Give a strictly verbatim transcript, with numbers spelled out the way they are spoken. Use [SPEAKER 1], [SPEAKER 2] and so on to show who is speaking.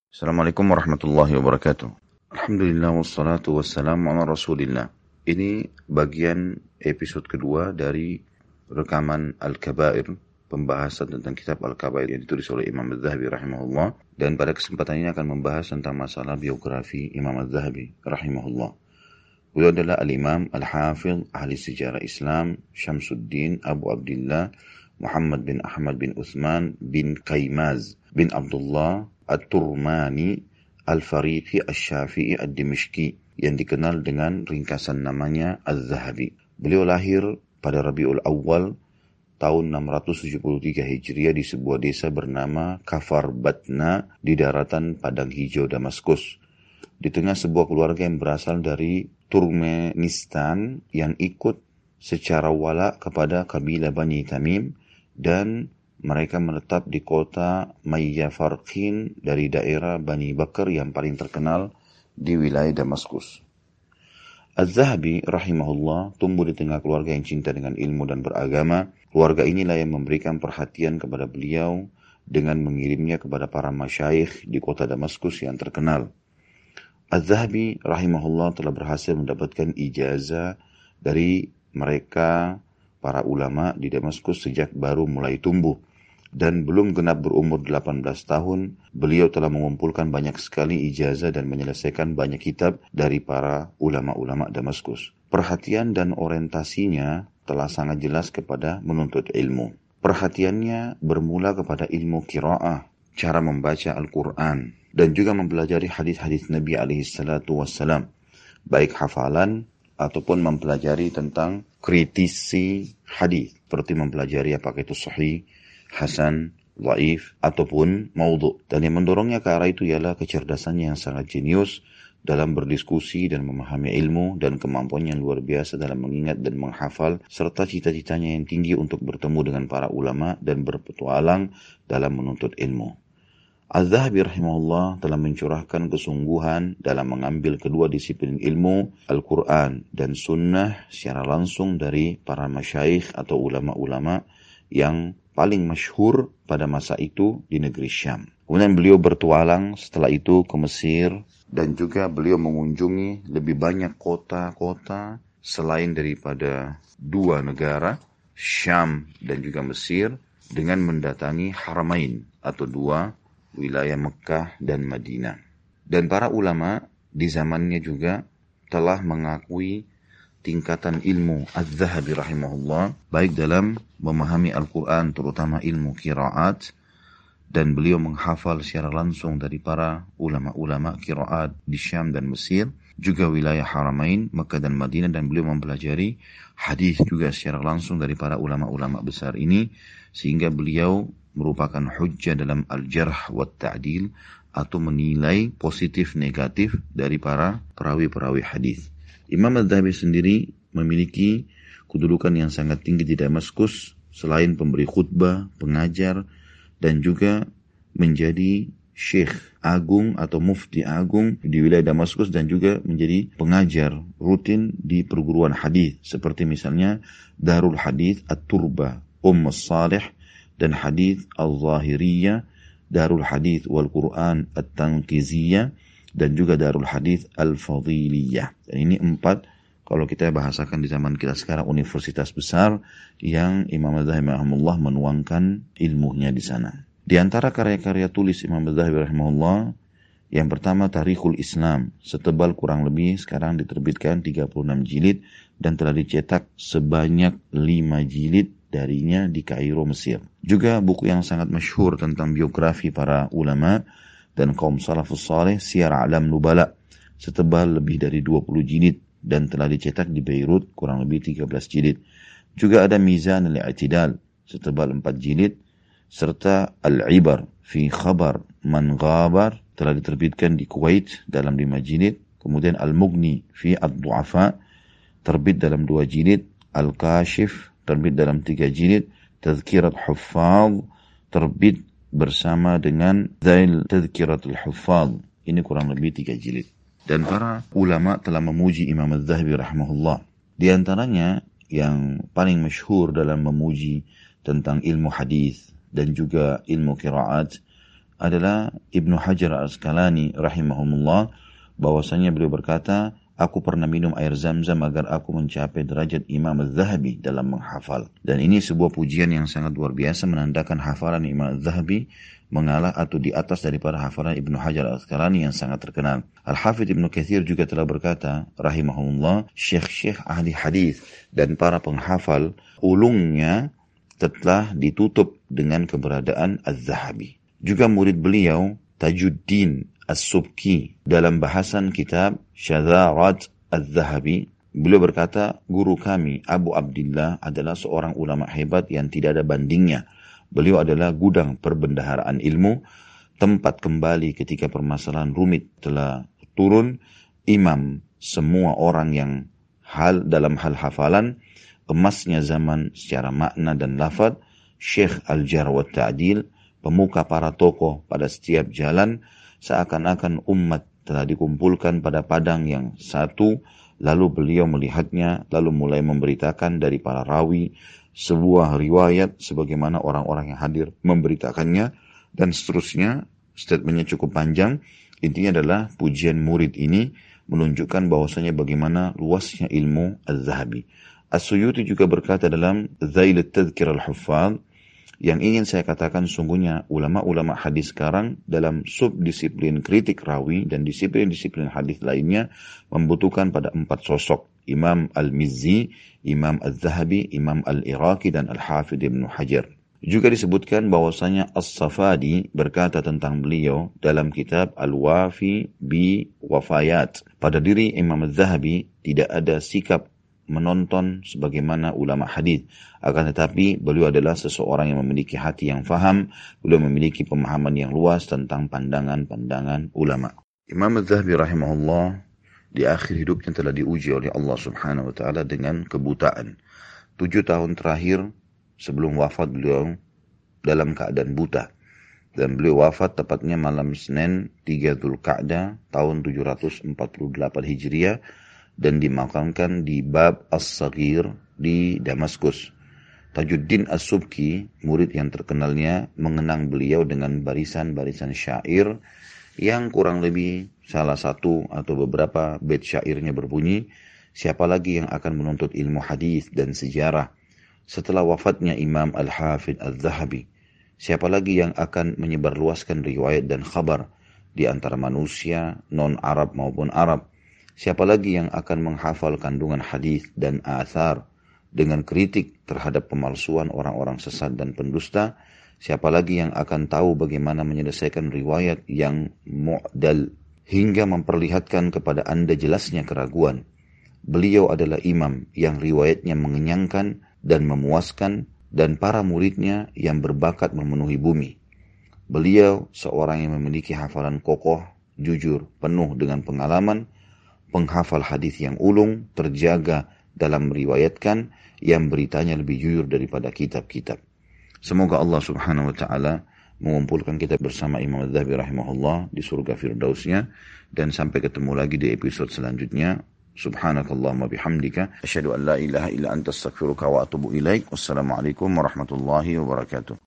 [SPEAKER 1] Assalamualaikum warahmatullahi wabarakatuh. Alhamdulillah wassalatu wassalamu ala rasulillah. Ini bagian episode kedua dari rekaman Al-Kabair, pembahasan tentang kitab Al-Kabair yang ditulis oleh Imam Az-Zahabi rahimahullah. Dan pada kesempatan ini akan membahas tentang masalah biografi Imam Az-Zahabi rahimahullah. Beliau adalah Al-Imam Al-Hafidh Ahli Sejarah Islam Syamsuddin Abu Abdillah Muhammad bin Ahmad bin Uthman bin Qaymaz bin Abdullah At-Turmani Al-Fariqi Asy-Syafi'i Ad-Dimishqi yang dikenal dengan ringkasan namanya Az-Zahabi. Beliau lahir pada Rabiul Awal tahun enam ratus tujuh puluh tiga Hijriah di sebuah desa bernama Kafar Batna di daratan Padang Hijau Damaskus. Di tengah sebuah keluarga yang berasal dari Turkmenistan yang ikut secara wala kepada kabilah Bani Tamim dan mereka menetap di kota Mayyafarqin dari daerah Bani Bakr yang paling terkenal di wilayah Damaskus. Az-Zahabi rahimahullah tumbuh di tengah keluarga yang cinta dengan ilmu dan beragama. Keluarga inilah yang memberikan perhatian kepada beliau dengan mengirimnya kepada para masyayikh di kota Damaskus yang terkenal. Az-Zahabi rahimahullah telah berhasil mendapatkan ijazah dari mereka para ulama di Damaskus sejak baru mulai tumbuh. Dan belum genap berumur delapan belas tahun, beliau telah mengumpulkan banyak sekali ijazah dan menyelesaikan banyak kitab dari para ulama-ulama Damaskus. Perhatian dan orientasinya telah sangat jelas kepada menuntut ilmu. Perhatiannya bermula kepada ilmu qiraah, cara membaca Al-Quran, dan juga mempelajari hadis-hadis Nabi alaihi salatu wassalam, baik hafalan ataupun mempelajari tentang kritisi hadis, seperti mempelajari apakah itu sahih, hasan, dhaif, ataupun maudhu. Dan yang mendorongnya ke arah itu ialah kecerdasannya yang sangat jenius dalam berdiskusi dan memahami ilmu dan kemampuannya yang luar biasa dalam mengingat dan menghafal, serta cita-citanya yang tinggi untuk bertemu dengan para ulama dan berpetualang dalam menuntut ilmu. Az-Zahabi rahimahullah telah mencurahkan kesungguhan dalam mengambil kedua disiplin ilmu, Al-Quran dan Sunnah secara langsung dari para masyayikh atau ulama-ulama yang paling masyhur pada masa itu di negeri Syam. Kemudian beliau bertualang setelah itu ke Mesir dan juga beliau mengunjungi lebih banyak kota-kota selain daripada dua negara, Syam dan juga Mesir, dengan mendatangi Haramain atau dua wilayah Mekah dan Madinah. Dan para ulama di zamannya juga telah mengakui tingkatan ilmu Az-Zahabi rahimahullah, baik dalam memahami Al-Quran, terutama ilmu qiraat, dan beliau menghafal secara langsung dari para ulama-ulama qiraat di Syam dan Mesir, juga wilayah Haramain, Mekah dan Madinah, dan beliau mempelajari hadis juga secara langsung dari para ulama-ulama besar ini, sehingga beliau merupakan hujjah dalam al-jarh wa ta'dil, atau menilai positif negatif dari para perawi-perawi hadis. Imam Az-Zahabi sendiri memiliki kedudukan yang sangat tinggi di Damaskus, selain pemberi khutbah, pengajar, dan juga menjadi syekh agung atau mufti agung di wilayah Damaskus, dan juga menjadi pengajar rutin di perguruan hadis seperti misalnya Darul Hadis At-Turba, Ummus Salih, dan Hadis Al-Zahiriyah, Darul Hadis wal Quran At-Tanqiziyah, dan juga Darul Hadis Al-Fadiliyah. Dan ini empat, kalau kita bahasakan di zaman kita sekarang, universitas besar yang Imam Az-Zahabi rahimahullah menuangkan ilmunya di sana. Di antara karya-karya tulis Imam Az-Zahabi rahimahullah, yang pertama Tarikhul Islam, setebal kurang lebih sekarang diterbitkan tiga puluh enam jilid dan telah dicetak sebanyak lima jilid darinya di Kairo, Mesir. Juga buku yang sangat masyhur tentang biografi para ulama dan kaum salafus saleh, Siyar A'lam Nubala, setebal lebih dari dua puluh jilid dan telah dicetak di Beirut kurang lebih tiga belas jilid. Juga ada Mizan al-I'tidal setebal empat jilid, serta Al-Ibar fi Khabar Man Ghabar telah diterbitkan di Kuwait dalam lima jilid. Kemudian Al-Mughni fi Ad-Du'afa terbit dalam dua jilid, Al-Kashif terbit dalam tiga jilid, Tazkirat Huffaz terbit bersama dengan Zail Tazkiratul Huffaz, ini kurang lebih tiga jilid. Dan para ulama telah memuji Imam Az-Zahabi rahimahullah. Di antaranya yang paling masyhur dalam memuji tentang ilmu hadis dan juga ilmu qiraat adalah Ibnu Hajar Al-Asqalani rahimahumullah, bahwasanya beliau berkata, aku pernah minum air Zam-Zam agar aku mencapai derajat Imam Az-Zahabi dalam menghafal. Dan ini sebuah pujian yang sangat luar biasa, menandakan hafalan Imam Az-Zahabi mengalah atau di atas daripada hafalan Ibnu Hajar Al-Asqalani yang sangat terkenal. Al-Hafidh Ibnu Katsir juga telah berkata, rahimahullah, syekh-syekh ahli hadis dan para penghafal, ulungnya telah ditutup dengan keberadaan Az-Zahabi. Juga murid beliau, Tajuddin As-Subki, dalam bahasan kitab Syadharat Az-Zahabi, beliau berkata, guru kami Abu Abdillah adalah seorang ulama hebat yang tidak ada bandingnya. Beliau adalah gudang perbendaharaan ilmu, tempat kembali ketika permasalahan rumit telah turun, imam semua orang yang hal dalam hal hafalan, emasnya zaman secara makna dan lafaz, Syekh Al-Jarh wa Ta'dil, pemuka para tokoh pada setiap jalan, seakan-akan umat telah dikumpulkan pada padang yang satu, lalu beliau melihatnya, lalu mulai memberitakan dari para rawi sebuah riwayat sebagaimana orang-orang yang hadir memberitakannya, dan seterusnya. Statementnya cukup panjang. Intinya adalah pujian murid ini menunjukkan bahwasanya bagaimana luasnya ilmu Az-Zahabi. As-Suyuti juga berkata dalam Zail Tadhkir Al-Huffaz, yang ingin saya katakan sungguhnya ulama-ulama hadis sekarang dalam subdisiplin kritik rawi dan disiplin-disiplin hadis lainnya membutuhkan pada empat sosok: Imam Al-Mizzi, Imam Az-Zahabi, Imam Al-Iraqi, dan Al-Hafidh Ibnu Hajar. Juga disebutkan bahwasanya As-Safadi berkata tentang beliau dalam kitab Al-Wafi bi Wafayat, pada diri Imam Az-Zahabi tidak ada sikap menonton sebagaimana ulama hadis, akan tetapi beliau adalah seseorang yang memiliki hati yang faham, beliau memiliki pemahaman yang luas tentang pandangan-pandangan ulama. Imam Az-Zahabi rahimahullah di akhir hidupnya telah diuji oleh Allah Subhanahu wa taala dengan kebutaan. Tujuh tahun terakhir sebelum wafat beliau dalam keadaan buta, dan beliau wafat tepatnya malam Senin tiga Dzulqa'dah tahun tujuh ratus empat puluh delapan Hijriah, dan dimakamkan di Bab As-Saghir di Damaskus. Tajuddin As-Subki, murid yang terkenalnya, mengenang beliau dengan barisan-barisan syair yang kurang lebih salah satu atau beberapa bait syairnya berbunyi, siapa lagi yang akan menuntut ilmu hadis dan sejarah setelah wafatnya Imam Al-Hafidh Az-Zahabi? Siapa lagi yang akan menyebarluaskan riwayat dan khabar di antara manusia non-Arab maupun Arab? Siapa lagi yang akan menghafal kandungan hadis dan athar dengan kritik terhadap pemalsuan orang-orang sesat dan pendusta? Siapa lagi yang akan tahu bagaimana menyelesaikan riwayat yang mu'dal hingga memperlihatkan kepada Anda jelasnya keraguan? Beliau adalah imam yang riwayatnya mengenyangkan dan memuaskan, dan para muridnya yang berbakat memenuhi bumi. Beliau seorang yang memiliki hafalan kokoh, jujur, penuh dengan pengalaman, penghafal hadis yang ulung, terjaga dalam meriwayatkan, yang beritanya lebih jujur daripada kitab-kitab. Semoga Allah Subhanahu wa taala mengumpulkan kita bersama Imam Az-Zahabi rahimahullah di surga Firdausnya, dan sampai ketemu lagi di episode selanjutnya. Subhanakallahumma bihamdika asyhadu an la ilaha illa anta astaghfiruka wa atubu ilaik. Wassalamualaikum warahmatullahi wabarakatuh.